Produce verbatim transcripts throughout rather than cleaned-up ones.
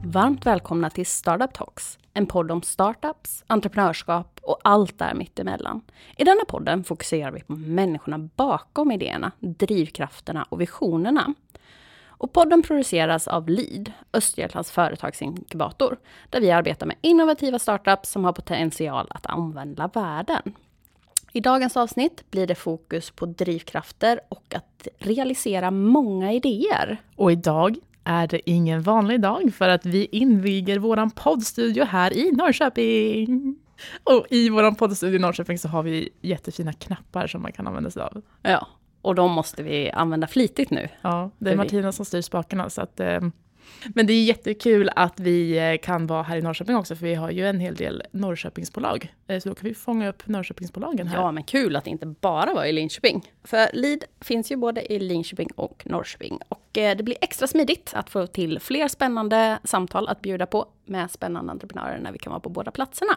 Varmt välkomna till Startup Talks, en podd om startups, entreprenörskap och allt där mittemellan. I denna podden fokuserar vi på människorna bakom idéerna, drivkrafterna och visionerna. Och podden produceras av Lead, Östergötlands företagsinkubator, där vi arbetar med innovativa startups som har potential att använda världen. I dagens avsnitt blir det fokus på drivkrafter och att realisera många idéer. Och idag är det ingen vanlig dag för att vi inviger våran poddstudio här i Norrköping. Och i våran poddstudio i Norrköping så har vi jättefina knappar som man kan använda sig av. Ja, och de måste vi använda flitigt nu. Ja, det är Martina som styr spakarna. Så att, eh, men det är jättekul att vi kan vara här i Norrköping också, för vi har ju en hel del Norrköpingsbolag. Så då kan vi fånga upp Norrköpingsbolagen här. Ja, men kul att det inte bara var i Linköping. För Lead finns ju både i Linköping och Norrköping. Och eh, det blir extra smidigt att få till fler spännande samtal att bjuda på med spännande entreprenörer när vi kan vara på båda platserna.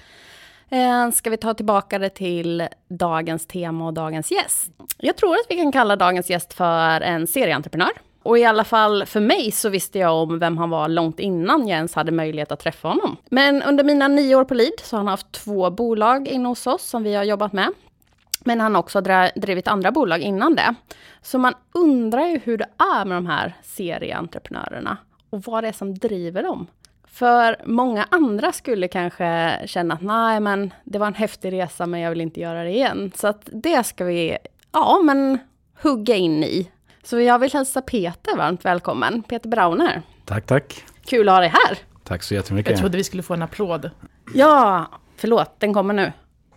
Eh, ska vi ta tillbaka det till dagens tema och dagens gäst? Jag tror att vi kan kalla dagens gäst för en serieentreprenör. Och i alla fall för mig så visste jag om vem han var långt innan jag ens hade möjlighet att träffa honom. Men under mina nio år på Lead så har han haft två bolag inne hos oss som vi har jobbat med. Men han har också drivit andra bolag innan det. Så man undrar ju hur det är med de här serieentreprenörerna och vad det är som driver dem. För många andra skulle kanske känna att nej, men det var en häftig resa men jag vill inte göra det igen. Så att det ska vi, ja men, hugga in i. Så jag vill hälsa Peter varmt välkommen. Peter Brauner. Tack, tack. Kul att ha dig här. Tack så jättemycket. Jag trodde vi skulle få en applåd. Ja, förlåt, den kommer nu.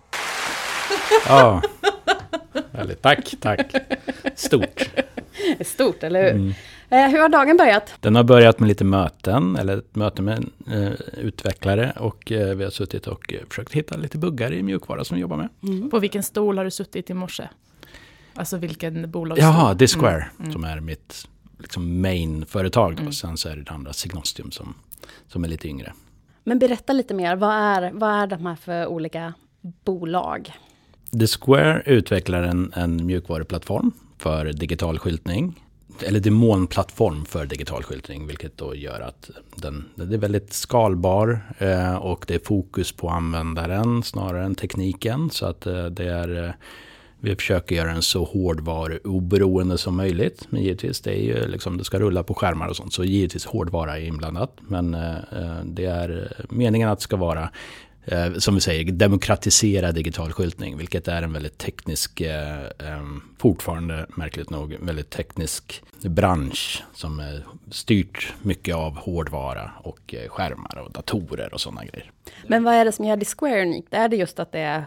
Ja, väldigt. Tack, tack. Stort. Stort, eller hur? Mm. Eh, hur har dagen börjat? Den har börjat med lite möten, eller ett möte med eh, utvecklare. Och eh, vi har suttit och eh, försökt hitta lite buggar i mjukvara som vi jobbar med. Mm. På vilken stol har du suttit i morse? Alltså vilken bolagsstol? Jaha, Disquare, mm. Mm. som är mitt liksom, main-företag. Mm. Och sen så är det det andra Signostium som, som är lite yngre. Men berätta lite mer, vad är, vad är de här för olika bolag? Disquare utvecklar en, en mjukvaruplattform för digital skyltning. Eller demonplattform för digital skyltning, vilket då gör att den, den är väldigt skalbar eh, och det är fokus på användaren snarare än tekniken. Så att eh, det är, eh, vi försöker göra den så hårdvaruoberoende som möjligt. Men givetvis, det är ju liksom, det ska rulla på skärmar och sånt, så givetvis hårdvara är inblandat. Men eh, det är meningen att det ska vara, Eh, som vi säger, demokratisera digital skyltning, vilket är en väldigt teknisk, eh, eh, fortfarande märkligt nog, väldigt teknisk bransch som eh, styrt mycket av hårdvara och eh, skärmar och datorer och sådana grejer. Men vad är det som gör Disquare unikt? Är det just att det är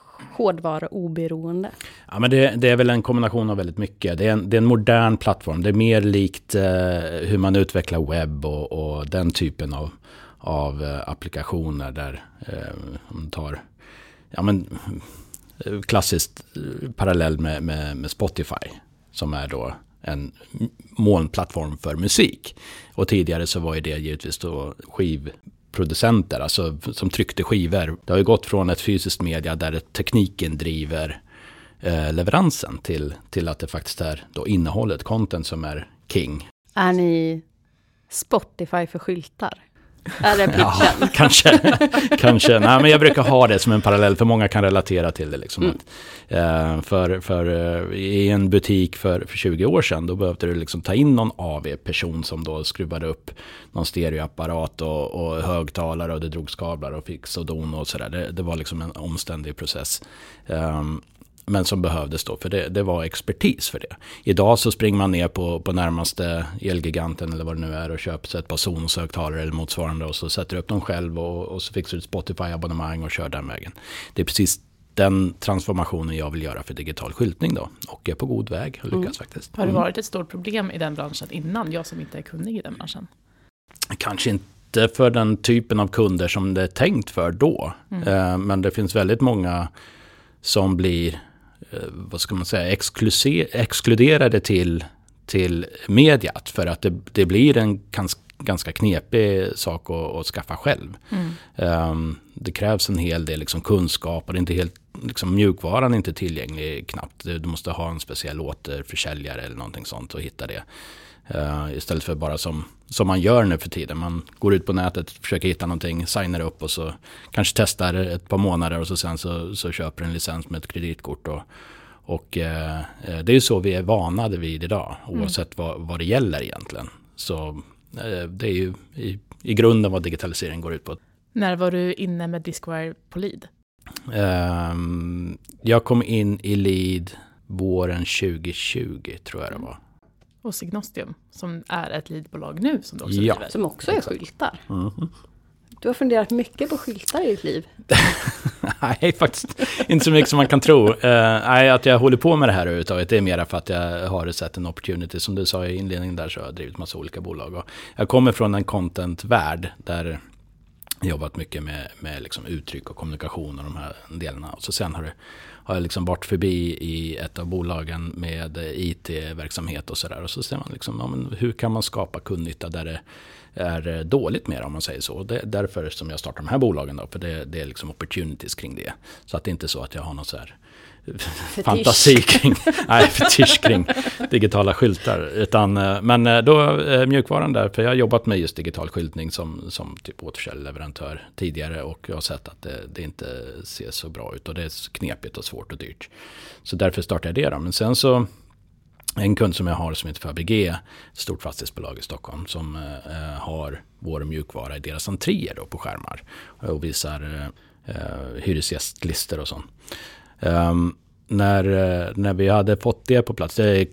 hårdvaruoberoende? Ja, men det, det är väl en kombination av väldigt mycket. Det är en, det är en modern plattform. Det är mer likt eh, hur man utvecklar webb och, och den typen av av eh, applikationer där eh, man tar ja, men, klassiskt eh, parallell med, med, med Spotify som är då en molnplattform för musik. Och tidigare så var ju det givetvis då skivproducenter, alltså som tryckte skivor. Det har ju gått från ett fysiskt media där tekniken driver eh, leveransen till, till att det faktiskt är då innehållet, content som är king. Är ni Spotify för skyltar? Är det pitchen? Ja, kanske. kanske. Nej, men jag brukar ha det som en parallell, för många kan relatera till det. Liksom. Mm. Att, eh, för, för uh, i en butik för, för tjugo år sedan, då behövde du liksom ta in någon A V-person som då skruvade upp någon stereoapparat och, och högtalare, och det drogs kablar och fix och don och sådär. Det, det var liksom en omständig process. Um, men som behövdes då, för det, det var expertis för det. Idag så springer man ner på, på närmaste Elgiganten eller vad det nu är och köper sig ett par Sonos-högtalare eller motsvarande, och så sätter du upp dem själv och, och så fixar du ett Spotify-abonnemang och kör den vägen. Det är precis den transformationen jag vill göra för digital skyltning då, och är på god väg och lyckas mm. faktiskt. Har det varit ett stort problem i den branschen innan, jag som inte är kunnig i den branschen? Kanske inte för den typen av kunder som det är tänkt för då, mm. eh, men det finns väldigt många som blir, vad ska man säga, exkluse- exkluderade till, till mediat, för att det, det blir en gans, ganska knepig sak att, att skaffa själv. Mm. Um, det krävs en hel del liksom, kunskap, och det är inte helt, liksom, mjukvaran är inte tillgänglig knappt. Du, du måste ha en speciell återförsäljare eller någonting sånt och hitta det. Uh, istället för bara som, som man gör nu för tiden. Man går ut på nätet, försöker hitta någonting, signar upp och så kanske testar ett par månader och så sen så, så köper en licens med ett kreditkort. Och, och uh, det är ju så vi är vanade vid idag, oavsett mm. vad, vad det gäller egentligen. Så uh, det är ju i, i grunden vad digitalisering går ut på. När var du inne med Discwire på Lead? Um, jag kom in i Lead våren tjugo tjugo tror jag det var. Och Signostium, som är ett leadbolag nu som du också ja. driver. Som också är skyltar. Mm-hmm. Du har funderat mycket på skyltar i ditt liv. Nej, faktiskt inte så mycket som man kan tro. Uh, nej, att jag håller på med det här överhuvudtaget, det är mer för att jag har sett en opportunity. Som du sa i inledningen där så har jag drivit massa olika bolag. Och jag kommer från en content-värld där jag jobbat mycket med, med liksom uttryck och kommunikation och de här delarna. Och så sen har, det, har jag liksom varit förbi i ett av bolagen med I T-verksamhet och sådär. Och så ser man liksom, ja, men hur kan man skapa kundnytta där det är dåligt med, om man säger så. Det är därför som jag startar de här bolagen då, för det, det är liksom opportunities kring det. Så att det inte är så att jag har någon så här fantasi kring, nej, fetisch kring digitala skyltar. Utan, men då mjukvaran där, för jag har jobbat med just digital skyltning som, som typ återförsäljleverantör tidigare och jag har sett att det, det inte ser så bra ut och det är knepigt och svårt och dyrt. Så därför startade jag det då. Men sen så en kund som jag har som heter Fabege, ett stort fastighetsbolag i Stockholm som eh, har vår mjukvara i deras entréer då på skärmar och visar eh, hyresgästlistor och sånt. Um, när, när vi hade fått det på plats, det är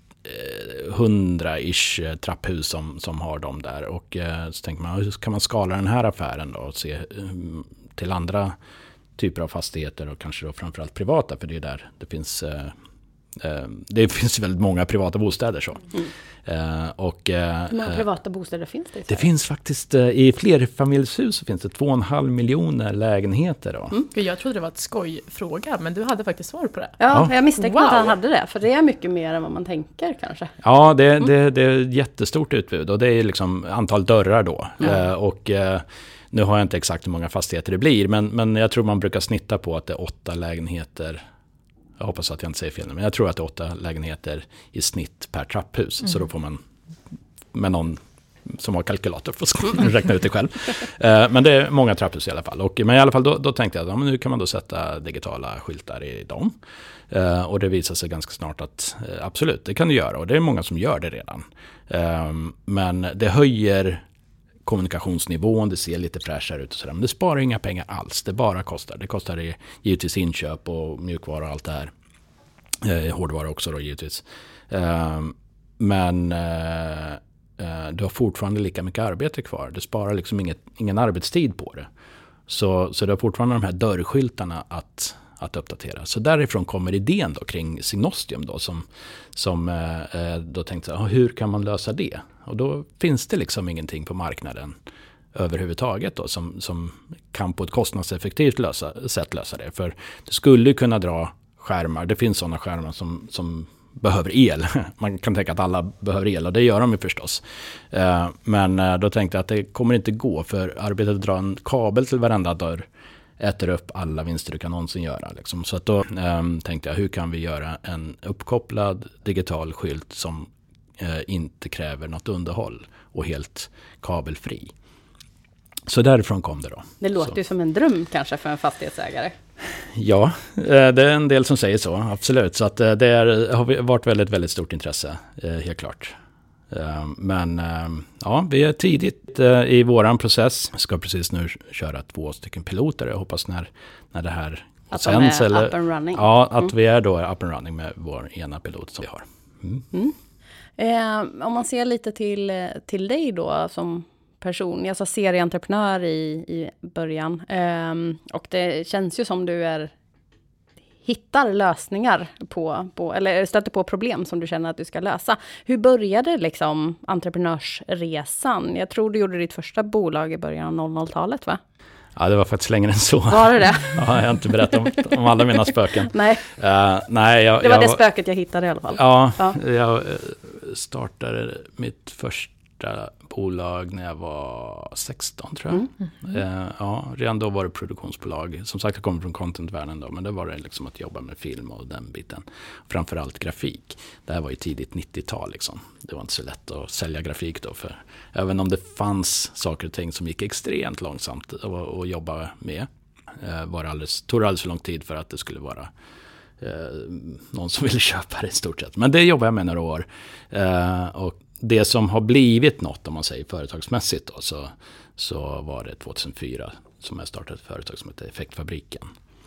hundra-ish trapphus som, som har dem där och eh, så tänker man, hur kan man skala den här affären då och se um, till andra typer av fastigheter och kanske då framförallt privata, för det är där det finns eh, det finns väldigt många privata bostäder så. Mm. Uh, och, uh, Hur många privata bostäder finns det? Det finns faktiskt, uh, i flerfamiljshus så finns det två och en halv miljoner lägenheter då. Mm. Jag trodde det var ett skojfråga, men du hade faktiskt svar på det. Ja, ja. Jag misstänkte wow. att han hade det, för det är mycket mer än vad man tänker kanske. Ja, det, mm. det, det är ett jättestort utbud och det är liksom antal dörrar då. Mm. Uh, och uh, nu har jag inte exakt hur många fastigheter det blir, men, men jag tror man brukar snitta på att det är åtta lägenheter. Jag hoppas att jag inte säger fel, men jag tror att det är åtta lägenheter i snitt per trapphus. Mm. Så då får man med någon som har kalkylator för att räkna ut det själv. Men det är många trapphus i alla fall. Och, men i alla fall då, då tänkte jag att ja, men nu kan man då sätta digitala skyltar i dem. Och det visar sig ganska snart att absolut, det kan du göra. Och det är många som gör det redan. Men det höjer kommunikationsnivån, det ser lite fräschare ut och sådär. Men det sparar inga pengar alls, det bara kostar. Det kostar i, givetvis inköp och mjukvara och allt det här. Eh, hårdvara också då givetvis. Eh, men eh, du har fortfarande lika mycket arbete kvar. Det sparar liksom inget, ingen arbetstid på det. Så, så du har fortfarande de här dörrskyltarna att, att uppdatera. Så därifrån kommer idén då kring Signostium då som, som eh, då tänkte jag, hur kan man lösa det? Och då finns det liksom ingenting på marknaden överhuvudtaget då, som, som kan på ett kostnadseffektivt lösa, sätt lösa det. För du skulle kunna dra skärmar, det finns sådana skärmar som, som behöver el. Man kan tänka att alla behöver el och det gör de ju förstås. Eh, men eh, då tänkte jag att det kommer inte gå, för arbetet att dra en kabel till varenda dörr äter upp alla vinster du kan någonsin göra. Liksom. Så att då eh, tänkte jag, hur kan vi göra en uppkopplad digital skylt som eh, inte kräver något underhåll och helt kabelfri. Så därifrån kom det då. Det låter så. ju som en dröm kanske för en fastighetsägare. Ja, det är en del som säger så, absolut. Så att det är, har varit väldigt, väldigt stort intresse, helt klart. Men ja, vi är tidigt i våran process. Ska precis nu köra två stycken piloter. Jag hoppas när, när det här att sänds. De är eller, up and running. Ja, att mm. vi är då up and running med vår ena pilot som vi har. Mm. Mm. Eh, om man ser lite till, till dig då som person. Jag sa serieentreprenör i, i början. Um, och det känns ju som du är hittar lösningar på, på, eller stöter på problem som du känner att du ska lösa. Hur började liksom entreprenörsresan? Jag tror du gjorde ditt första bolag i början av noll noll-talet, va? Ja, det var faktiskt längre än så. Var det det? Ja, jag har inte berättat om, om alla mina spöken. Nej, uh, nej jag, det var jag, det spöket jag hittade i alla fall. Ja, ja. jag startade mitt första första bolag när jag var sexton tror jag. Mm. Mm. Eh, ja, redan då var det produktionsbolag. Som sagt, jag kommer från contentvärlden då, men det var det liksom att jobba med film och den biten. Framförallt grafik. Det här var ju tidigt nittiotal liksom. Det var inte så lätt att sälja grafik då, för även om det fanns saker och ting som gick extremt långsamt att, att jobba med, eh, var det alldeles, tog det alldeles för lång tid för att det skulle vara eh, någon som ville köpa det i stort sett. Men det jobbade jag med några år. Eh, och det som har blivit något, om man säger företagsmässigt då, så, så var det tjugohundrafyra som jag startade ett företag som heter Effektfabriken.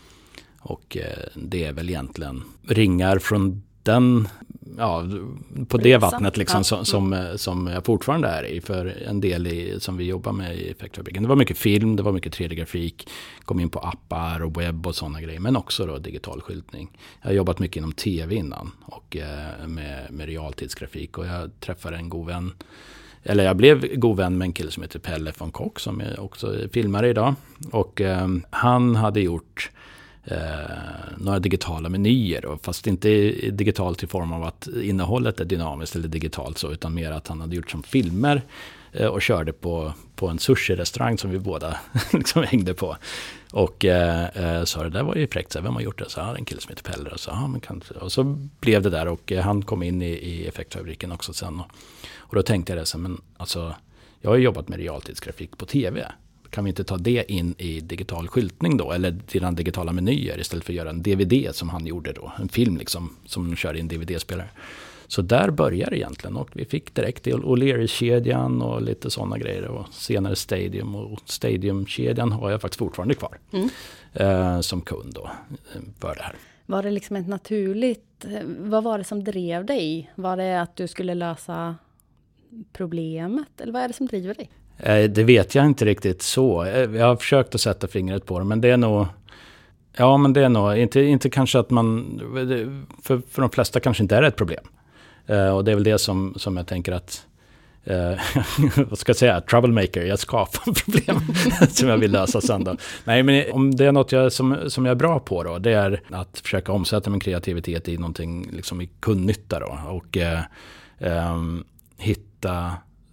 Och eh, det är väl egentligen ringar från den, ja, på det vattnet liksom, ja. som, som, som jag fortfarande är i, för en del i, som vi jobbar med i Effektfabriken. Det var mycket film, det var mycket tre D-grafik, kom in på appar och webb och sådana grejer, men också då digital skyltning. Jag har jobbat mycket inom tv innan och eh, med, med realtidsgrafik, och jag träffade en god vän, eller jag blev god vän med en kille som heter Pelle von Kock som är också filmare idag, och eh, han hade gjort Eh, några digitala menyer, och fast inte digitalt i form av att innehållet är dynamiskt eller digitalt så, utan mer att han hade gjort som filmer eh, och körde på, på en sushi-restaurang som vi båda liksom hängde på. Och eh, så det där var ju fräckt, så vem har gjort det? Så här, en kille som heter Pelle, och så, ah, men kan, och så blev det där, och eh, han kom in i, i Effektfabriken också sen, och, och då tänkte jag det så, men alltså jag har jobbat med realtidsgrafik på tv. Kan vi inte ta det in i digital skyltning då? Eller till den digitala menyer istället för att göra en D V D som han gjorde då. En film liksom som kör i en D V D-spelare. Så där börjar det egentligen. Och vi fick direkt O'Leary-kedjan och lite sådana grejer. Och senare Stadium. Och Stadium-kedjan har jag faktiskt fortfarande kvar. Mm. Eh, som kund då för det här. Var det liksom ett naturligt... Vad var det som drev dig? Var det att du skulle lösa problemet? Eller vad är det som driver dig? Det vet jag inte riktigt så. Jag har försökt att sätta fingret på det, men det är nog... Ja, men det är nog... Inte, inte kanske att man... För, för de flesta kanske inte är ett problem. Uh, och det är väl det som, som jag tänker att... Uh, vad ska jag säga? Troublemaker. Jag skapar problem som jag vill lösa sen då. Nej, men om det är något jag, som, som jag är bra på då, det är att försöka omsätta min kreativitet i någonting liksom i kundnytta då. Och uh, um, hitta...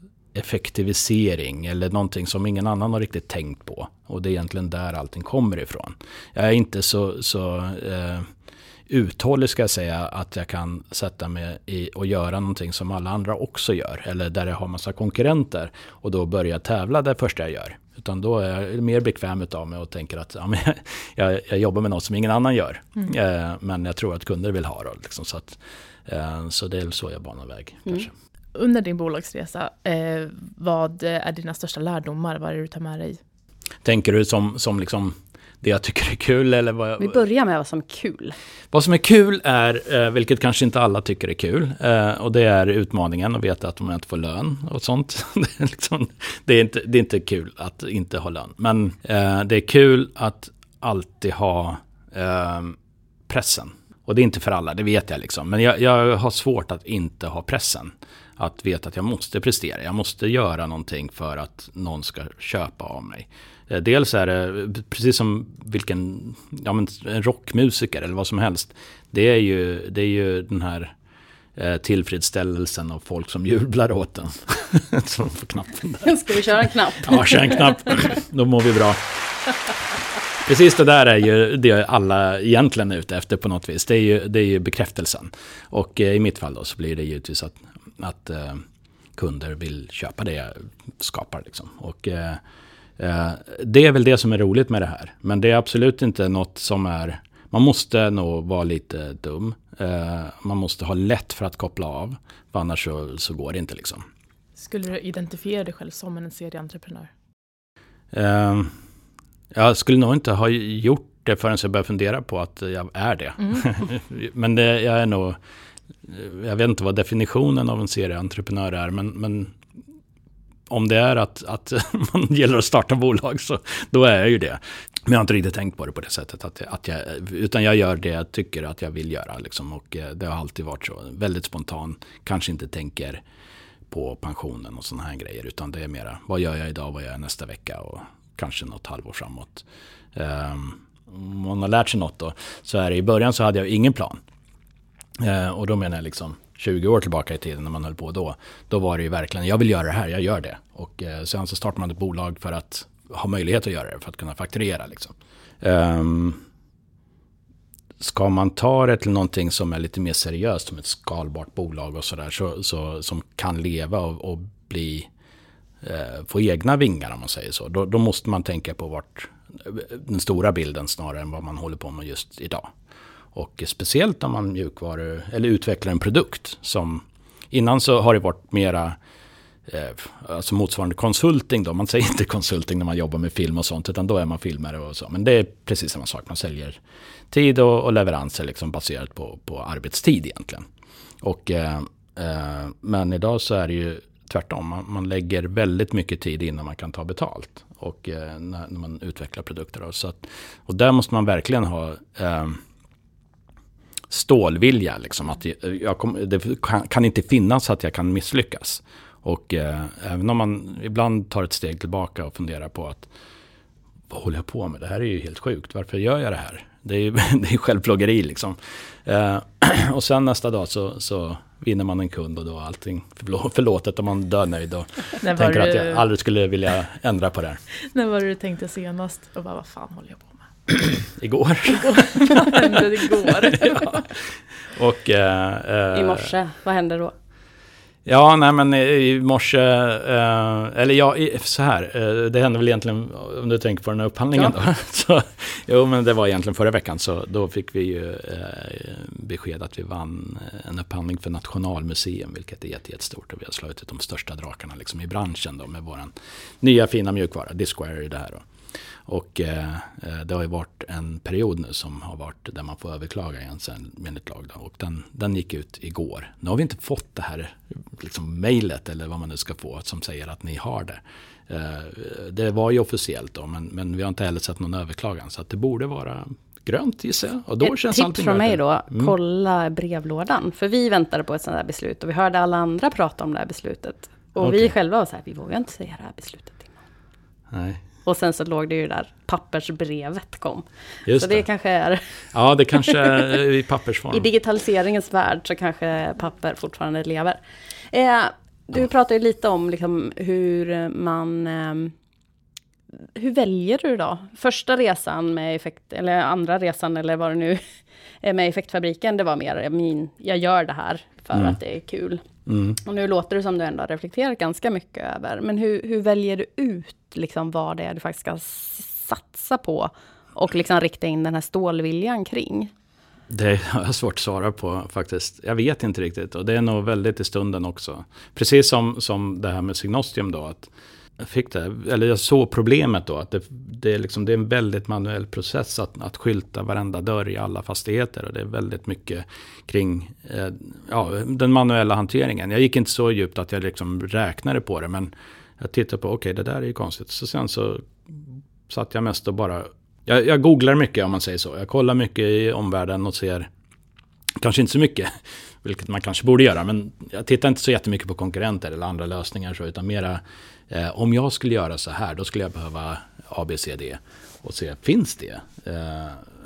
effektivisering eller någonting som ingen annan har riktigt tänkt på, och det är egentligen där allting kommer ifrån. Jag är inte så, så eh, uthållig ska jag säga att jag kan sätta mig i och göra någonting som alla andra också gör, eller där jag har massa konkurrenter och då börja tävla det första jag gör, utan då är jag mer bekväm utav mig och tänker att ja, men jag, jag jobbar med något som ingen annan gör, mm. eh, men jag tror att kunder vill ha det liksom, så, att, eh, så det är så jag banar väg mm. kanske. Under din bolagsresa, eh, vad är dina största lärdomar? Vad är det du tar med dig? Tänker du som, som liksom det jag tycker är kul? Eller vad jag, Vi börjar med vad som är kul. Vad som är kul är, eh, vilket kanske inte alla tycker är kul, eh, och det är utmaningen att veta att man inte får lön och sånt. det, är liksom, det, är inte, det är inte kul att inte ha lön. Men eh, det är kul att alltid ha eh, pressen. Och det är inte för alla, det vet jag liksom. Men jag, jag har svårt att inte ha pressen. Att veta att jag måste prestera. Jag måste göra någonting för att någon ska köpa av mig. Dels är det, precis som vilken ja, men en rockmusiker eller vad som helst. Det är ju, det är ju den här eh, tillfredsställelsen av folk som jublar åt den. Som får knappen där. Ska vi köra en knapp? Ja, kör en knapp. Då mår vi bra. Precis, det där är ju det alla egentligen är ute efter på något vis. Det är ju, det är ju bekräftelsen. Och eh, i mitt fall då så blir det givetvis att, att eh, kunder vill köpa det jag skapar. Liksom. Och eh, eh, det är väl det som är roligt med det här. Men det är absolut inte något som är... Man måste nog vara lite dum. Eh, man måste ha lätt för att koppla av. För annars så, så går det inte liksom. Skulle du identifiera dig själv som en serieentreprenör? Eh, Jag skulle nog inte ha gjort det förrän jag började fundera på att jag är det. Mm. Men det, jag är nog... Jag vet inte vad definitionen av en serieentreprenör är, men, men om det är att, att man gäller att starta bolag så då är jag ju det. Men jag har inte riktigt tänkt på det på det sättet. Att, att jag, utan jag gör det jag tycker att jag vill göra. Liksom, och det har alltid varit så. Väldigt spontan. Kanske inte tänker på pensionen och såna här grejer. Utan det är mera, vad gör jag idag, vad gör jag nästa vecka och kanske något halvår framåt. Um, om man har lärt sig något då, så är det i början så hade jag ingen plan. Uh, och då menar jag liksom tjugo år tillbaka i tiden när man höll på då. Då var det ju verkligen, jag vill göra det här, jag gör det. Och eh, sen så startar man ett bolag för att ha möjlighet att göra det, för att kunna fakturera liksom. Um, ska man ta det till någonting som är lite mer seriöst, som ett skalbart bolag och sådär, så, så, som kan leva och, och bli, eh, få egna vingar om man säger så, då, då måste man tänka på vart den stora bilden snarare än vad man håller på med just idag. Och speciellt om man mjukvaru eller utvecklar en produkt som innan så har det varit mera eh, alltså motsvarande konsulting då. Man säger inte konsulting när man jobbar med film och sånt, utan då är man filmare och så. Men det är precis samma sak. Man säljer tid och, och leveranser liksom baserat på, på arbetstid egentligen. Och, eh, eh, men idag så är det ju tvärtom. Man, man lägger väldigt mycket tid innan man kan ta betalt. Och eh, när, när man utvecklar produkter. Då. Så att, och där måste man verkligen ha eh, stålvilja. Liksom, att jag kom, det kan, kan inte finnas att jag kan misslyckas. Och eh, även om man ibland tar ett steg tillbaka och funderar på att vad håller jag på med? Det här är ju helt sjukt. Varför gör jag det här? Det är ju det är självplågeri liksom. Eh, och sen nästa dag så, så vinner man en kund och då är allting förlåtet och man dör nöjd och tänker du... att jag aldrig skulle vilja ändra på det här. När var det du tänkte senast och bara, vad fan håller jag på med? Igår. Igår. Vad hände igår? Ja. Och, eh, I morse, vad hände då? Ja, nej men i morse, eh, eller ja, så här, eh, det hände väl egentligen, om du tänker på den här upphandlingen ja. då. Så, jo, men det var egentligen förra veckan, så då fick vi ju eh, besked att vi vann en upphandling för Nationalmuseum, vilket är jättestort, och vi har slagit ut de största drakarna liksom i branschen då, med våran nya fina mjukvara, Diskware är det här då. Och eh, det har ju varit en period nu som har varit där man får överklaga igen sen enligt lag då. Och den, den gick ut igår. Nu har vi inte fått det här liksom mejlet eller vad man nu ska få som säger att ni har det. Eh, det var ju officiellt då, men, men vi har inte heller sett någon överklagan, så att det borde vara grönt gissar jag. Och då ett känns tips från mig då, mm. kolla brevlådan. För vi väntade på ett sånt här beslut och vi hörde alla andra prata om det här beslutet. Och okay. vi själva var så här, vi vågar inte säga det här beslutet innan. Nej. Och sen så låg det ju där, pappersbrevet kom. Just så det, det kanske är... Ja, det kanske är i pappersform. I digitaliseringens värld så kanske papper fortfarande lever. Eh, du ja. pratar ju lite om liksom hur man... Eh, hur väljer du då? Första resan med effekt, eller andra resan eller vad det nu är med Effektfabriken, det var mer min, jag gör det här för mm. att det är kul. Mm. Och nu låter det som du ändå har reflekterat ganska mycket över. Men hur, hur väljer du ut liksom vad det är du faktiskt ska satsa på och liksom rikta in den här stålviljan kring? Det har jag svårt att svara på faktiskt. Jag vet inte riktigt, och det är nog väldigt i stunden också. Precis som, som det här med Signostium då, att jag fick det, eller jag såg problemet då, att det, det, är, liksom, det är en väldigt manuell process att, att skylta varenda dörr i alla fastigheter, och det är väldigt mycket kring eh, ja, den manuella hanteringen. Jag gick inte så djupt att jag liksom räknade på det, men jag tittade på, okej, okay, det där är ju konstigt. Så sen så satt jag mest och bara, jag, jag googlar mycket om man säger så. Jag kollar mycket i omvärlden och ser, kanske inte så mycket, vilket man kanske borde göra, men jag tittar inte så jättemycket på konkurrenter eller andra lösningar, så, utan mera eh, om jag skulle göra så här, då skulle jag behöva A, B, C, D och se, finns det? Eh,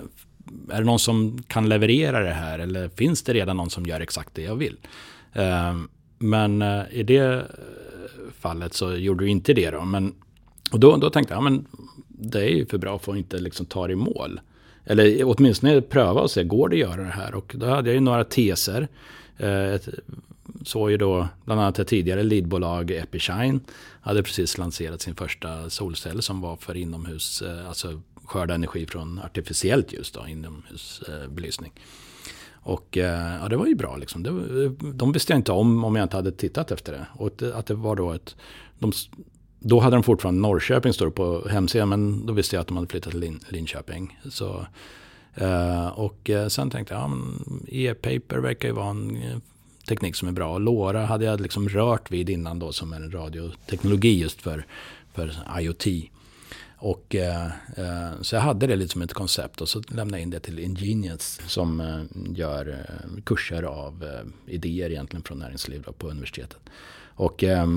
är det någon som kan leverera det här, eller finns det redan någon som gör exakt det jag vill? Eh, men eh, i det fallet så gjorde du inte det då, men och då, då tänkte jag, ja, men det är ju för bra för att inte liksom ta det i mål. Eller åtminstone pröva och se, går det att göra det här? Och då hade jag ju några teser. Eh, så ju då bland annat ett tidigare leadbolag, Epishine, hade precis lanserat sin första solcell som var för inomhus, eh, alltså skörda energi från artificiellt ljus då, inomhusbelysning. Eh, och eh, ja, det var ju bra liksom. Det, de visste jag inte om om jag inte hade tittat efter det. Och det, att det var då ett... De, Då hade de fortfarande Norrköping står på hemsidan, men då visste jag att de hade flyttat till Lin- Linköping. Så, eh, och sen tänkte jag, ja, men e-paper verkar ju vara en teknik som är bra. Och LoRa hade jag liksom rört vid innan då, som är en radioteknologi just för, för IoT. Och, eh, så jag hade det lite som ett koncept, och så lämnade jag in det till Ingenious som eh, gör eh, kurser av eh, idéer egentligen från näringsliv då, på universitetet. Och... Eh,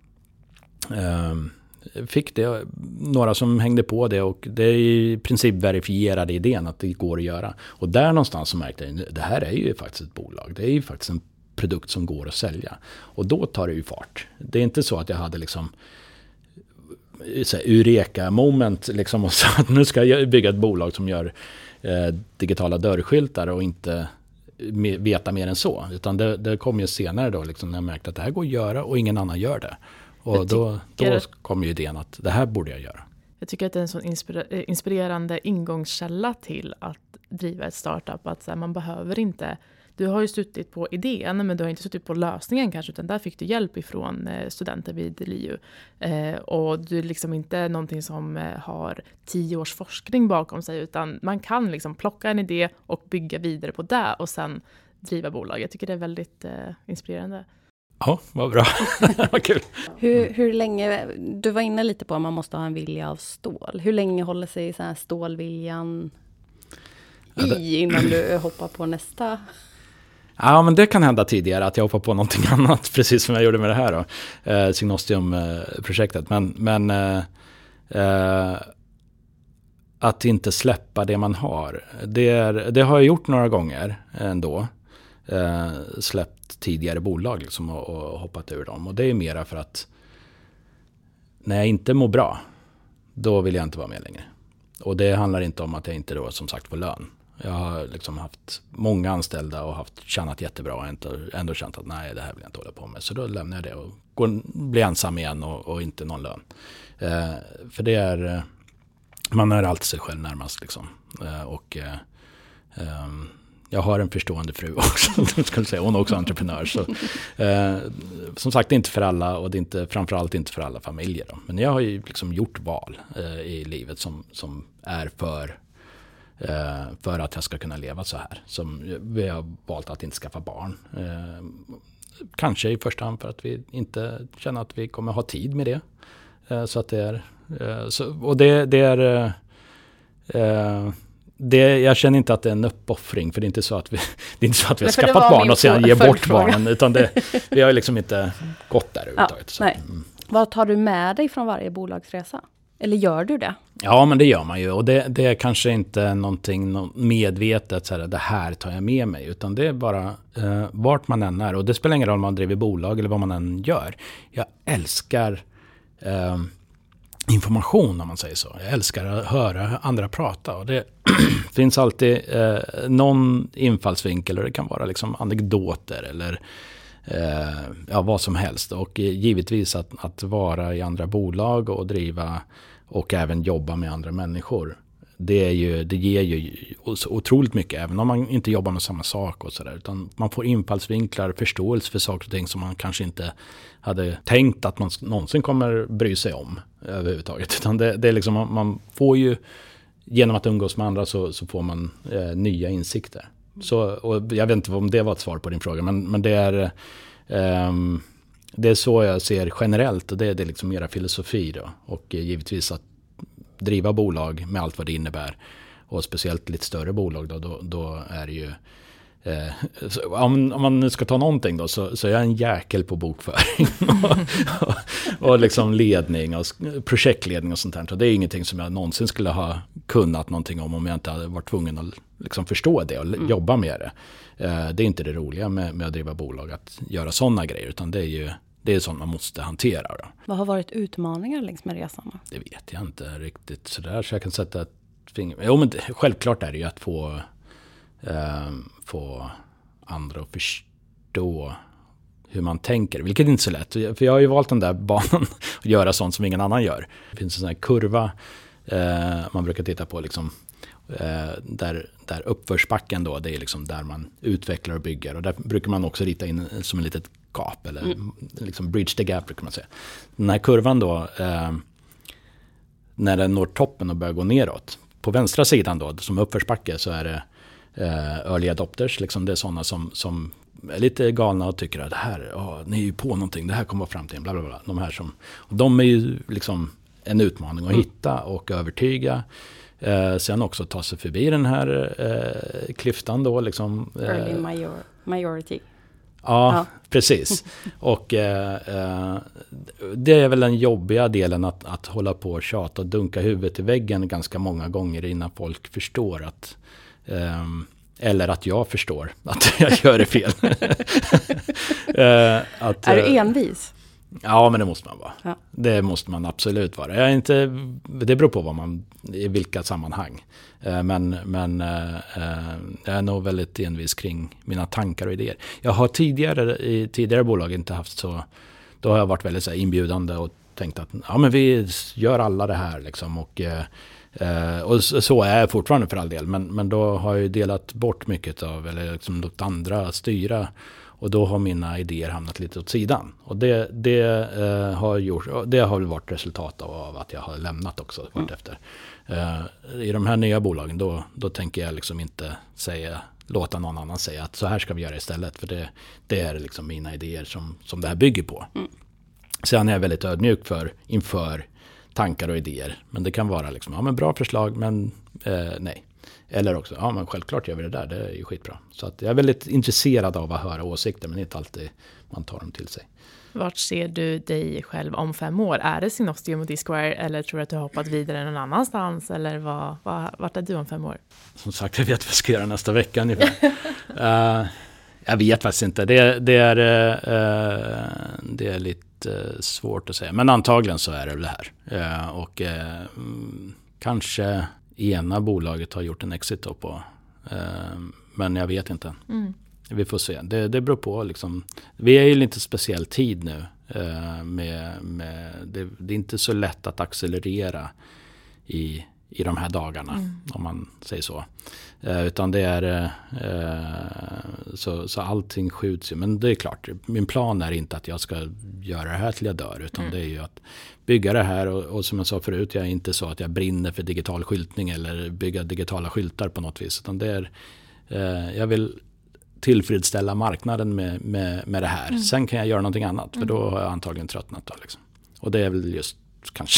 Uh, fick det några som hängde på det, och det är i princip verifierade idén att det går att göra. Och där någonstans så märkte jag, det här är ju faktiskt ett bolag. Det är ju faktiskt en produkt som går att sälja. Och då tar det ju fart. Det är inte så att jag hade liksom så här, eureka-moment liksom, och sa att nu ska jag bygga ett bolag som gör eh, digitala dörrskyltar och inte me- veta mer än så. Utan det, det kom ju senare då liksom, när jag märkte att det här går att göra och ingen annan gör det. Och då, då kom ju idén att det här borde jag göra. Jag tycker att det är en sån inspira- inspirerande ingångskälla till att driva ett startup. Att så här, man behöver inte... Du har ju suttit på idén, men du har inte suttit på lösningen kanske, utan där fick du hjälp ifrån eh, studenter vid L I U. Eh, och du är liksom inte någonting som eh, har tio års forskning bakom sig, utan man kan liksom plocka en idé och bygga vidare på det och sen driva bolag. Jag tycker det är väldigt eh, inspirerande. Ja, vad bra. Vad kul. Hur, hur länge, du var inne lite på att man måste ha en vilja av stål. Hur länge håller sig så här stålviljan ja, det... i innan du hoppar på nästa? Ja, men det kan hända tidigare att jag hoppar på någonting annat, precis som jag gjorde med det här då, eh, Signostium-projektet. Men, men eh, eh, att inte släppa det man har, det, är, det har jag gjort några gånger ändå. Eh, släppt tidigare bolag liksom, och, och hoppat ur dem. Och det är mera för att när jag inte mår bra, då vill jag inte vara med längre. Och det handlar inte om att jag inte då som sagt får lön. Jag har liksom haft många anställda och haft tjänat jättebra och ändå, ändå känt att nej, det här vill jag inte hålla på med. Så då lämnar jag det och går, blir ensam igen och, och inte någon lön. Eh, för det är, man är alltid sig själv närmast liksom. Eh, och eh, eh, jag har en förstående fru också, skulle säga. Hon är också entreprenör. Så, eh, som sagt, det är inte för alla och det är inte, framförallt inte för alla familjer. Då. Men jag har ju liksom gjort val eh, i livet som, som är för för att jag ska kunna leva så här. Som vi har valt att inte skaffa barn. Eh, kanske i första hand för att vi inte känner att vi kommer ha tid med det. Eh, så att det är... Eh, så, och det, det är... Eh, det, jag känner inte att det är en uppoffring, för det är inte så att vi, det är inte så att vi har skaffat barn och sedan ger bort barnen. Utan det, vi har liksom inte gått där överhuvudtaget. Ja, mm. Vad tar du med dig från varje bolagsresa? Eller gör du det? Ja, men det gör man ju. Och det, det är kanske inte någonting medvetet, så här, det här tar jag med mig. Utan det är bara eh, vart man än är. Och det spelar ingen roll om man driver bolag eller vad man än gör. Jag älskar eh, information, om man säger så. Jag älskar att höra andra prata. Och det finns alltid eh, någon infallsvinkel. Och det kan vara liksom anekdoter eller... Eh, ja, vad som helst. Och eh, givetvis att, att vara i andra bolag och driva och även jobba med andra människor. Det, är ju, det ger ju otroligt mycket, även om man inte jobbar med samma sak och sådär. Utan man får infallsvinklar, förståelse för saker och ting som man kanske inte hade tänkt att man någonsin kommer bry sig om överhuvudtaget. Utan det, det är liksom, man, man får ju, genom att umgås med andra så, så får man eh, nya insikter. Så, och jag vet inte om det var ett svar på din fråga, men, men det är um, det är så jag ser generellt, och det är det liksom mera filosofi då. Och eh, givetvis att driva bolag med allt vad det innebär, och speciellt lite större bolag då, då, då är det ju eh, så, om, om man ska ta någonting då, så, så är jag en jäkel på bokföring och, och, och liksom ledning och projektledning och sånt här. Så det är ingenting som jag någonsin skulle ha kunnat någonting om om jag inte hade varit tvungen att liksom förstå det och mm. jobba med det. Eh, det är inte det roliga med, med att driva bolag, att göra sådana grejer, utan det är ju det är sånt man måste hantera då. Vad har varit utmaningar längs med resan? Det vet jag inte riktigt sådär, så jag kan sätta ett finger. Jo, men det, självklart är det ju att få eh, få andra att förstå hur man tänker, vilket är inte så lätt. För jag har ju valt den där banan att göra sånt som ingen annan gör. Det finns en sån här kurva eh, man brukar titta på liksom, eh, där, där uppförsbacken då, det är liksom där man utvecklar och bygger. Och där brukar man också rita in som en litet gap, eller mm. liksom bridge the gap brukar man säga. Den här kurvan då, eh, när den når toppen och börjar gå neråt. På vänstra sidan då, som uppförsbacke, så är det eh, early adopters. Liksom det är sådana som, som är lite galna och tycker att det här, oh, ni är ju på någonting, det här kommer vara framtiden, bla bla bla. De här som, och de är ju liksom en utmaning att mm. hitta och övertyga. Eh, sen också ta sig förbi den här eh, klyftan då. Liksom, eh, early major, majority. Ja, ja, precis. Och eh, det är väl den jobbiga delen, att, att hålla på och tjata och dunka huvudet i väggen ganska många gånger innan folk förstår att eh, Eller att jag förstår att jag gör det fel. uh, att, är du envis? Ja, men det måste man vara. Ja. Det måste man absolut vara. Jag är inte, det beror på vad man, i vilka sammanhang. Men, men jag är nog väldigt envis kring mina tankar och idéer. Jag har tidigare i tidigare bolag inte haft så, då har jag varit väldigt så här inbjudande och tänkt att ja, men vi gör alla det här liksom. Och, och så är jag fortfarande för all del. Men, men då har jag ju delat bort mycket av, eller liksom låtit andra styra. Och då har mina idéer hamnat lite åt sidan. Och det, det, eh, har, gjort, det har väl varit resultat av att jag har lämnat också. Mm. Efter. Eh, I de här nya bolagen då, då tänker jag liksom inte säga, låta någon annan säga att så här ska vi göra istället. För det, det är liksom mina idéer som, som det här bygger på. Mm. Sen är jag väldigt ödmjuk för, inför tankar och idéer. Men det kan vara liksom, ja men bra förslag men eh, nej. Eller också, ja men självklart gör vi det där, det är ju skitbra. Så att jag är väldigt intresserad av att höra åsikter, men inte alltid man tar dem till sig. Vart ser du dig själv om fem år? Är det Synostium och Discware, eller tror du att du har hoppat vidare någon annanstans? Eller vad, vad, vart är du om fem år? Som sagt, jag vet vad jag ska göra nästa vecka ungefär. uh, jag vet faktiskt inte, det, det, är, uh, det är lite uh, svårt att säga. Men antagligen så är det det här. Uh, och uh, kanske... ena bolaget har gjort en exit då på. Eh, men jag vet inte. Mm. Vi får se. Det, det beror på. Liksom. Vi är ju lite speciell tid nu. Eh, med, med, det, det är inte så lätt att accelerera i, i de här dagarna. Mm. Om man säger så. Eh, utan det är... Eh, så, så allting skjuts ju. Men det är klart. Min plan är inte att jag ska göra det här till jag dör. Utan mm. det är ju att bygga det här och, och som jag sa förut, jag är inte så att jag brinner för digital skyltning eller bygga digitala skyltar på något vis. Utan det är, eh, jag vill tillfredsställa marknaden med, med, med det här. Mm. Sen kan jag göra någonting annat, för då har jag antagligen tröttnat. Då, liksom. Och det är väl just kanske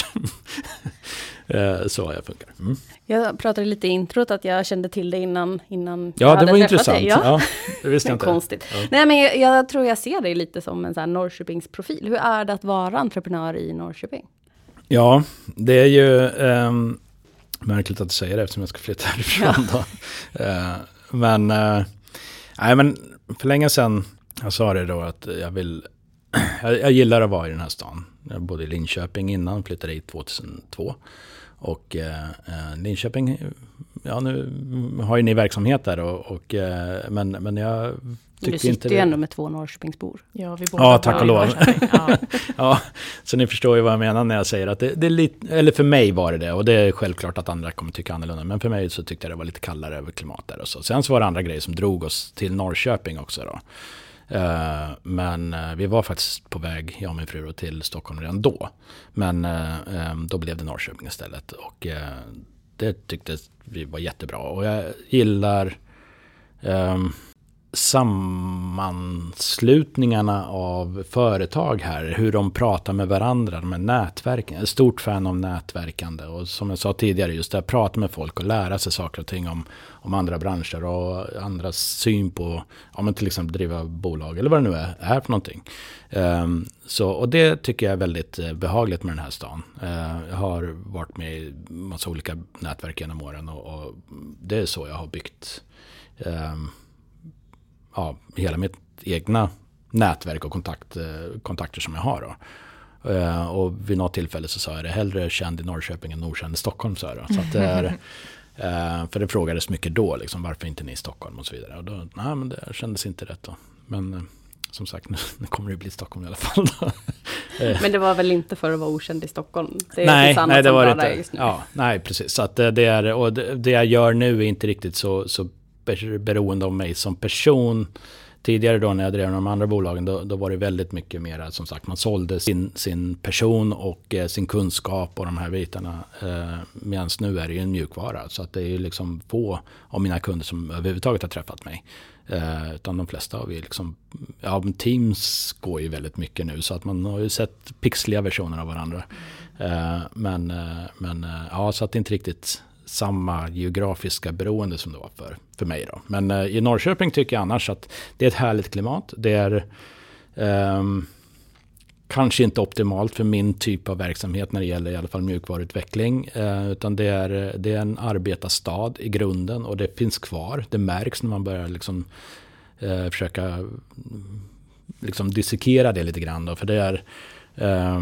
så jag funkar. Mm. Jag pratade lite i introt att jag kände till det innan, innan ja, jag hade det var träffat intressant. dig. Ja, ja, det visste jag inte. Konstigt. Ja. Nej, men jag, jag tror jag ser dig lite som en sån här Norrköpingsprofil. Hur är det att vara entreprenör i Norrköping? Ja, det är ju um, märkligt att du säger det eftersom jag ska flytta härifrån. Ja. Då. Uh, men, uh, nej, men för länge sedan jag sa det då att jag vill jag, jag gillar att vara i den här stan. Jag bodde i Linköping innan, flyttade hit tjugohundratvå. Och eh, Linköping, ja nu har ju ni verksamhet där. Och, och, eh, men, men jag tycker du sitter inte... ju det... ändå med två Norrköpingsbor. Ja, vi båda ja, tack och lov. Ja. Ja, så ni förstår ju vad jag menar när jag säger att det, det är lite... Eller för mig var det det. Och det är självklart att andra kommer tycka annorlunda. Men för mig så tyckte jag det var lite kallare över klimat där och så. Sen så var det andra grejer som drog oss till Norrköping också då. Uh, men uh, vi var faktiskt på väg, jag och min fru, till Stockholm redan då. Men uh, um, då blev det Norrköping istället. Och uh, det tyckte vi var jättebra. Och jag gillar um, sammanslutningarna av företag här. Hur de pratar med varandra, de här nätverken. Jag är stort fan av nätverkande. Och som jag sa tidigare, just det här, prata med folk och lära sig saker och ting om, om andra branscher och andras syn på, ja, men till exempel driva bolag eller vad det nu är, är för någonting. Um, så, och det tycker jag är väldigt uh, behagligt med den här stan. Uh, jag har varit med i massa olika nätverk genom åren och, och det är så jag har byggt um, ja, hela mitt egna nätverk och kontakt, kontakter som jag har då. Uh, och vid något tillfälle så sa jag det, hellre känd i Norrköping än okänd i Stockholm. Så, då. Så att det är, uh, för det frågades mycket då, liksom, varför inte ni i Stockholm och så vidare. Och då, nej, men det kändes inte rätt då. Men uh, som sagt, nu, nu kommer det bli Stockholm i alla fall. Då. Men det var väl inte för att vara okänd i Stockholm? Det är nej, det nej, det var det inte. Just nu. Ja, nej, precis. Så att det, är, och det, det jag gör nu är inte riktigt så, så beroende av mig som person. Tidigare då när jag drev de andra bolagen då, då var det väldigt mycket mer, som sagt, man sålde sin, sin person och eh, sin kunskap och de här bitarna. Eh, Medan nu är det ju en mjukvara, så att det är ju liksom få av mina kunder som överhuvudtaget har träffat mig. Eh, utan de flesta har vi liksom, ja, Teams går ju väldigt mycket nu, så att man har ju sett pixliga versioner av varandra. Eh, men, eh, men eh, ja, så att det inte riktigt samma geografiska beroende som det var för, för mig då. Men eh, i Norrköping tycker jag annars att det är ett härligt klimat. Det är um, kanske inte optimalt för min typ av verksamhet när det gäller i alla fall mjukvaruutveckling. Eh, utan det är, det är en arbetarstad i grunden och det finns kvar. Det märks när man börjar liksom, eh, försöka liksom dissekera det lite grann. Då, för det är eh,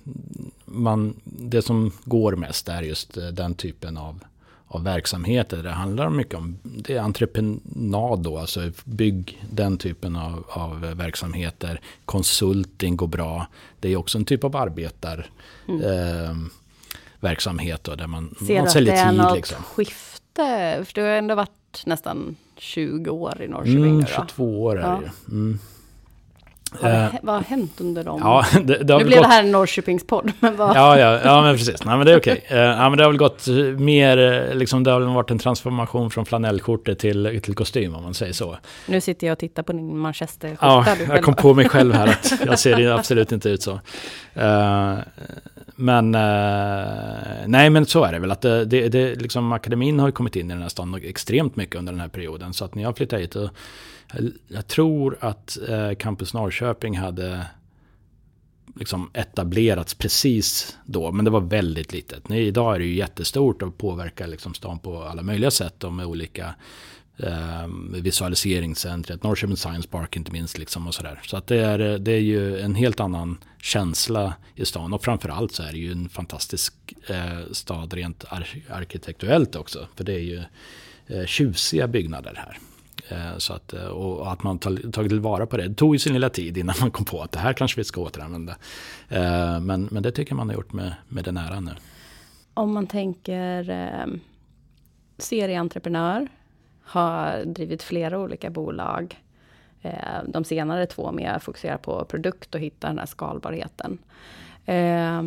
man, det som går mest är just den typen av av verksamheter. Det handlar mycket om det är entreprenad då, alltså bygg den typen av, av verksamheter. Konsulting går bra. Det är också en typ av arbetar mm. eh, verksamhet då, där man, Ser man säljer tid. Ser du att det är något liksom. skifte? För du har ändå varit nästan tjugo år i Norrköping. Mm, då. tjugotvå år är ja. det mm. Har det, vad har hänt under dem? Ja, det, det har nu blev gått... det här en Norrköpingspodd. Men vad... ja, ja, ja, men precis. Nej, men det är okej. Okay. Ja, men det har väl gått mer, liksom, det har varit en transformation från flanellskjortor till, till kostym, om man säger så. Nu sitter jag och tittar på din manchesterskjorta. Ja, jag kom på mig själv här att jag ser det absolut inte ut så. Uh, men uh, nej, men så är det väl. Att det, det, det, liksom, akademin har ju kommit in i den här stan extremt mycket under den här perioden. Så att när jag flyttade hit och jag tror att eh, Campus Norrköping hade liksom etablerats precis då, men det var väldigt litet. Nu, idag är det ju jättestort och påverkar liksom stan på alla möjliga sätt och med olika eh, visualiseringscentret, Norrköping Science Park inte minst liksom och sådär. Så att det är, det är ju en helt annan känsla i stan och framförallt så är det ju en fantastisk eh, stad rent ar- arkitektuellt också, för det är ju eh, tjusiga byggnader här. Så att, och att man tagit tillvara på det. Det tog ju sin lilla tid innan man kom på att det här kanske vi ska återanvända. Men, men det tycker man har gjort med, med den äran nu. Om man tänker eh, serieentreprenör, har drivit flera olika bolag. Eh, de senare två mer fokuserar på produkt och hitta den här skalbarheten. Eh,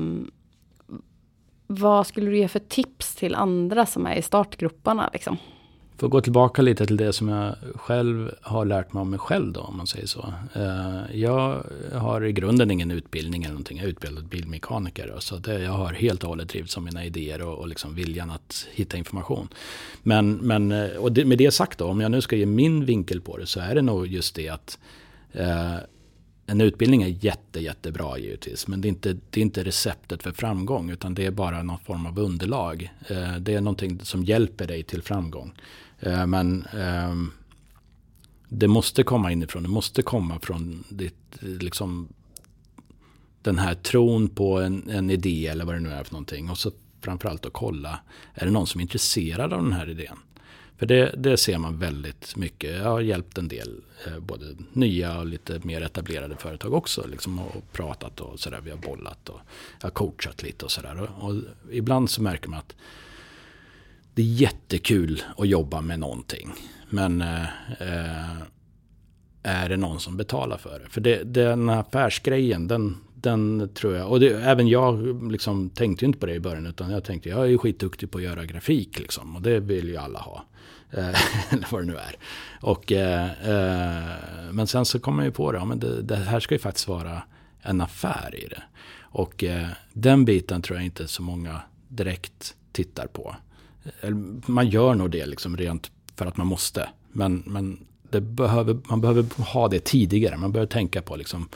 vad skulle du ge för tips till andra som är i startgrupperna liksom? För att gå tillbaka lite till det som jag själv har lärt mig om mig själv då, om man säger så. Jag har i grunden ingen utbildning eller någonting. Jag är utbildad bilmekaniker. Så det, jag har helt och hållet drivits om mina idéer och, och liksom viljan att hitta information. Men, men och det, med det sagt då, om jag nu ska ge min vinkel på det så är det nog just det att eh, en utbildning är jätte, jättebra givetvis, men det är, inte, det är inte receptet för framgång utan det är bara någon form av underlag. Eh, det är någonting som hjälper dig till framgång. Eh, men eh, det måste komma inifrån, det måste komma från ditt, liksom, den här tron på en, en idé eller vad det nu är för någonting. Och så framförallt att kolla, är det någon som är intresserad av den här idén? För det, det ser man väldigt mycket. Jag har hjälpt en del, eh, både nya och lite mer etablerade företag också. Liksom, och pratat och sådär, vi har bollat och jag har coachat lite och sådär. Och, och ibland så märker man att det är jättekul att jobba med någonting. Men eh, är det någon som betalar för det? För det, den här affärsgrejen, den, den tror jag, och det, även jag liksom tänkte inte på det i början, utan jag tänkte, jag är ju skitduktig på att göra grafik liksom, och det vill ju alla ha. Eller vad det nu är. Och, eh, men sen så kommer man ju på det, ja, men det, det här ska ju faktiskt vara en affär i det. Och eh, den biten tror jag inte så många direkt tittar på. Man gör nog det liksom rent för att man måste. Men, men det behöver, man behöver ha det tidigare. Man behöver tänka på liksom,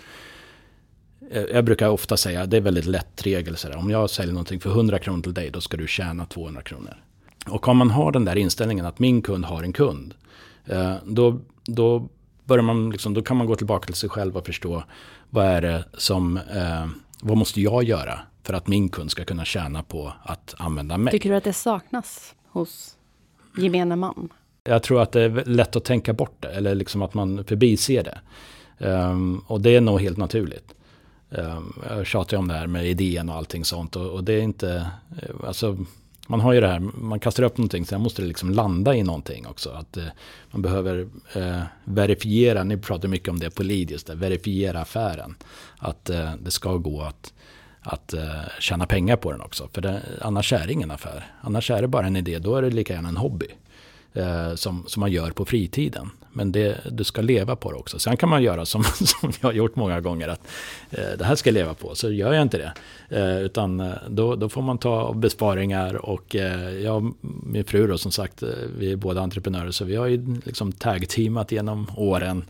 jag brukar ofta säga, det är väldigt lätt regel så där, om jag säljer någonting för hundra kronor till dig, då ska du tjäna tvåhundra kronor. Och om man har den där inställningen att min kund har en kund, då, då börjar man liksom, då kan man gå tillbaka till sig själv och förstå, vad är det som, eh, vad måste jag göra för att min kund ska kunna tjäna på att använda mig? Tycker du att det saknas hos gemene man? Jag tror att det är lätt att tänka bort det, eller liksom att man förbiser det. Um, och det är nog helt naturligt. Um, jag tjatar om det här med idén och allting sånt, och, och det är inte, alltså, man har ju det här, man kastar upp någonting, sen måste det liksom landa i någonting också. Att eh, man behöver eh, verifiera, ni pratar mycket om det på Lead, just det, verifiera affären. Att eh, det ska gå att, att eh, tjäna pengar på den också. För det, annars är det ingen affär. Annars är det bara en idé, då är det lika gärna en hobby. Eh, som, som man gör på fritiden. Men det, du ska leva på det också. Sen kan man göra som, som jag har gjort många gånger, att eh, det här ska jag leva på, så gör jag inte det. Eh, utan eh, då, då får man ta besparingar, och eh, jag min fru då, som sagt, eh, vi är båda entreprenörer, så vi har ju liksom tag-teamat genom åren.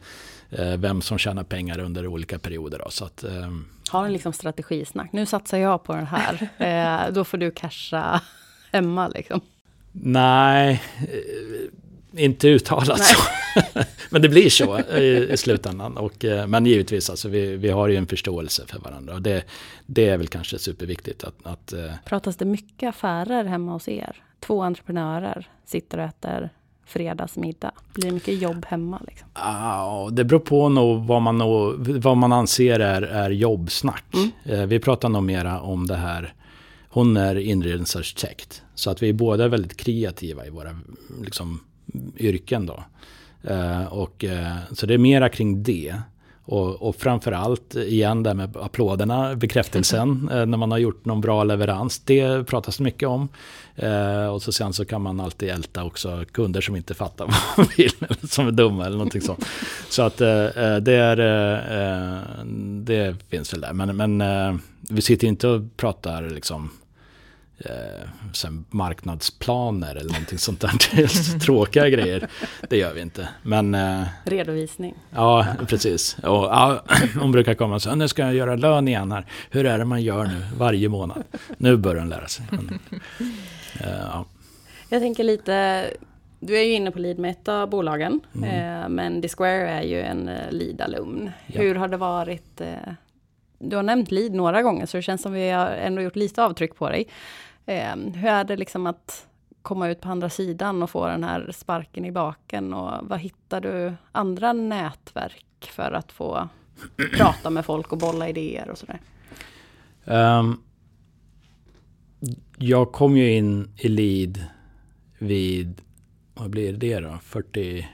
eh, vem som tjänar pengar under olika perioder. Då. Så att, eh, har en liksom strategisnack. Nu satsar jag på den här. Eh, då får du casha hemma liksom. Nej, inte uttalat Nej. så. Men det blir så i, i slutändan. Och, men givetvis, alltså, vi, vi har ju en förståelse för varandra. Och det, det är väl kanske superviktigt. Att, att, pratas det mycket affärer hemma hos er? Två entreprenörer sitter och äter fredagsmiddag. Blir det mycket jobb hemma? Liksom? Ja, det beror på nog vad man, nog, vad man anser är, är jobbsnack. Mm. Vi pratar nog mera om det här. Hon är inredningsarkitekt. Så att vi båda är väldigt kreativa i våra liksom, yrken då. Uh, och, uh, så det är mera kring det. Och, och framförallt igen där med applåderna, bekräftelsen uh, när man har gjort någon bra leverans. Det pratas mycket om. Uh, och så sen så kan man alltid älta också kunder som inte fattar vad man vill. Eller som är dumma eller någonting sånt. Så att uh, det, är, uh, det finns väl där. Men, men uh, vi sitter inte och pratar liksom Eh, sen marknadsplaner eller någonting sånt där tråkiga grejer. Det gör vi inte. Men, eh, redovisning. Ja, precis. Och, ja, hon brukar komma och säga, nu ska jag göra lön igen här. Hur är det man gör nu varje månad? Nu börjar hon lära sig. Men, eh, ja. Jag tänker lite, du är ju inne på Lead med ett av bolagen. Mm. Eh, men Disquare är ju en eh, Lead-alumn. Ja. Hur har det varit? Eh, du har nämnt Lead några gånger så det känns som vi har ändå gjort lite avtryck på dig. Eh, hur är det liksom att komma ut på andra sidan och få den här sparken i baken? Och vad hittar du andra nätverk för att få prata med folk och bolla idéer och sådär? Um, jag kom ju in i Lead vid, vad blir det då? fyrtiosex,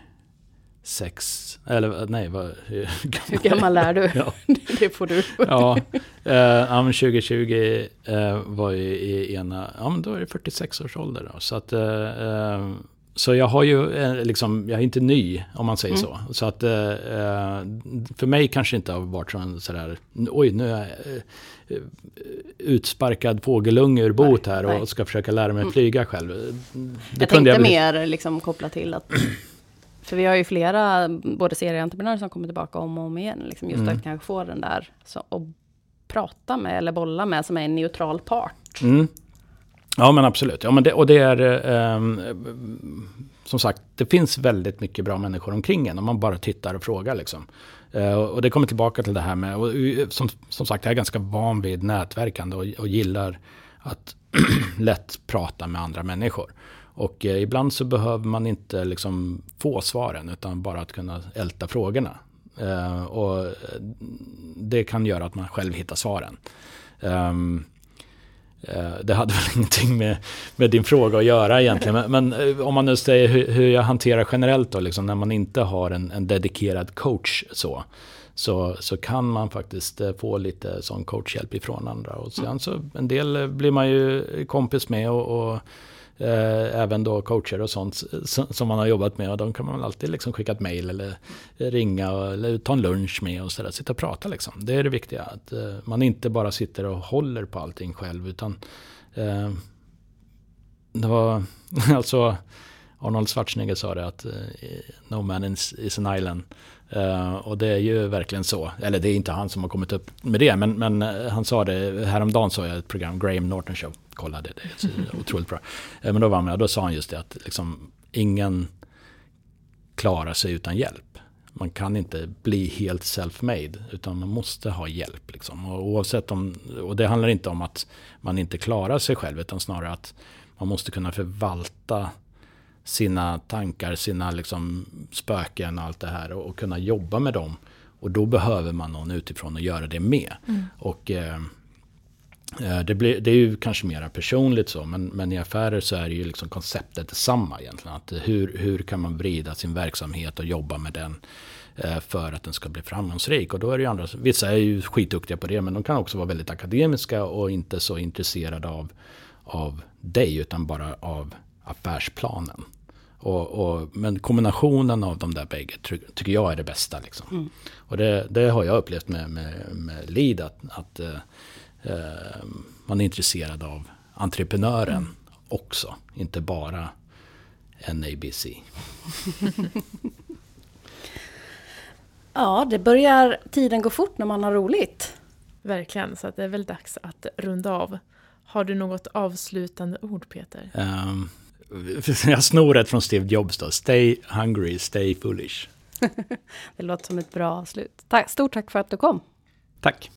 eller nej, vad, hur, hur gammal är du? Ja. Det får du. Ja, eh, tjugo tjugo eh, var ju i ena, ja men då är det fyrtiosex års ålder då. Så att, eh, så jag har ju eh, liksom, jag är inte ny om man säger mm. så. Så att eh, för mig kanske inte har varit sån sådär, oj nu är jag eh, utsparkad fågelunge ur bot här nej, och ska försöka lära mig mm. flyga själv. Det jag tänkte jag mer liksom koppla till att för vi har ju flera, både serieentreprenörer som kommer tillbaka om och om igen. Liksom just mm. att kanske få den där så, och prata med eller bolla med som är en neutral part. Mm. Ja men absolut. Ja, men det, och det är eh, som sagt, det finns väldigt mycket bra människor omkring en om man bara tittar och frågar. Liksom. Eh, och det kommer tillbaka till det här med, och, som, som sagt jag är ganska van vid nätverkande och, och gillar att lätt prata med andra människor. Och eh, ibland så behöver man inte liksom få svaren utan bara att kunna älta frågorna. Eh, och det kan göra att man själv hittar svaren. Um, eh, det hade väl ingenting med, med din fråga att göra egentligen. Men, men eh, om man nu säger hur, hur jag hanterar generellt då, liksom, när man inte har en, en dedikerad coach så, så, så kan man faktiskt eh, få lite sån coachhjälp ifrån andra. Och sen så en del eh, blir man ju kompis med och, och Eh, även då coacher och sånt som man har jobbat med och de kan man alltid liksom skicka ett mejl eller ringa och, eller ta en lunch med och sådär, sitta och prata liksom. Det är det viktiga, att eh, man inte bara sitter och håller på allting själv utan eh, det var alltså Arnold Schwarzenegger sa det att eh, no man is, is an island. Uh, och det är ju verkligen så. Eller det är inte han som har kommit upp med det. Men, men uh, han sa det, häromdagen såg jag ett program, Graham Norton Show. Kollade det, det är så otroligt bra. Uh, men då var han med och då sa han just det att liksom, ingen klarar sig utan hjälp. Man kan inte bli helt self-made utan man måste ha hjälp. Liksom. Och, oavsett om, och det handlar inte om att man inte klarar sig själv utan snarare att man måste kunna förvalta sina tankar, sina liksom spöken och allt det här och, och kunna jobba med dem. Och då behöver man någon utifrån och göra det med. Mm. Och eh, det, blir, det är ju kanske mer personligt så, men, men i affärer så är det ju liksom konceptet detsamma egentligen. Att hur, hur kan man vrida sin verksamhet och jobba med den eh, för att den ska bli framgångsrik. Och då är det ju andra, vissa är ju skitduktiga på det, men de kan också vara väldigt akademiska och inte så intresserade av, av dig utan bara av affärsplanen. Och, och, men kombinationen av de där bägge tycker jag är det bästa. Liksom. Mm. Och det, det har jag upplevt med, med, med Lead, att, att eh, man är intresserad av entreprenören mm. också, inte bara N A B C. Ja, det börjar tiden gå fort när man har roligt. Verkligen, så att det är väl dags att runda av. Har du något avslutande ord, Peter? Um, jag snor ett från Steve Jobs då. Stay hungry, stay foolish. Det låter som ett bra avslut. Tack, stort tack för att du kom. Tack.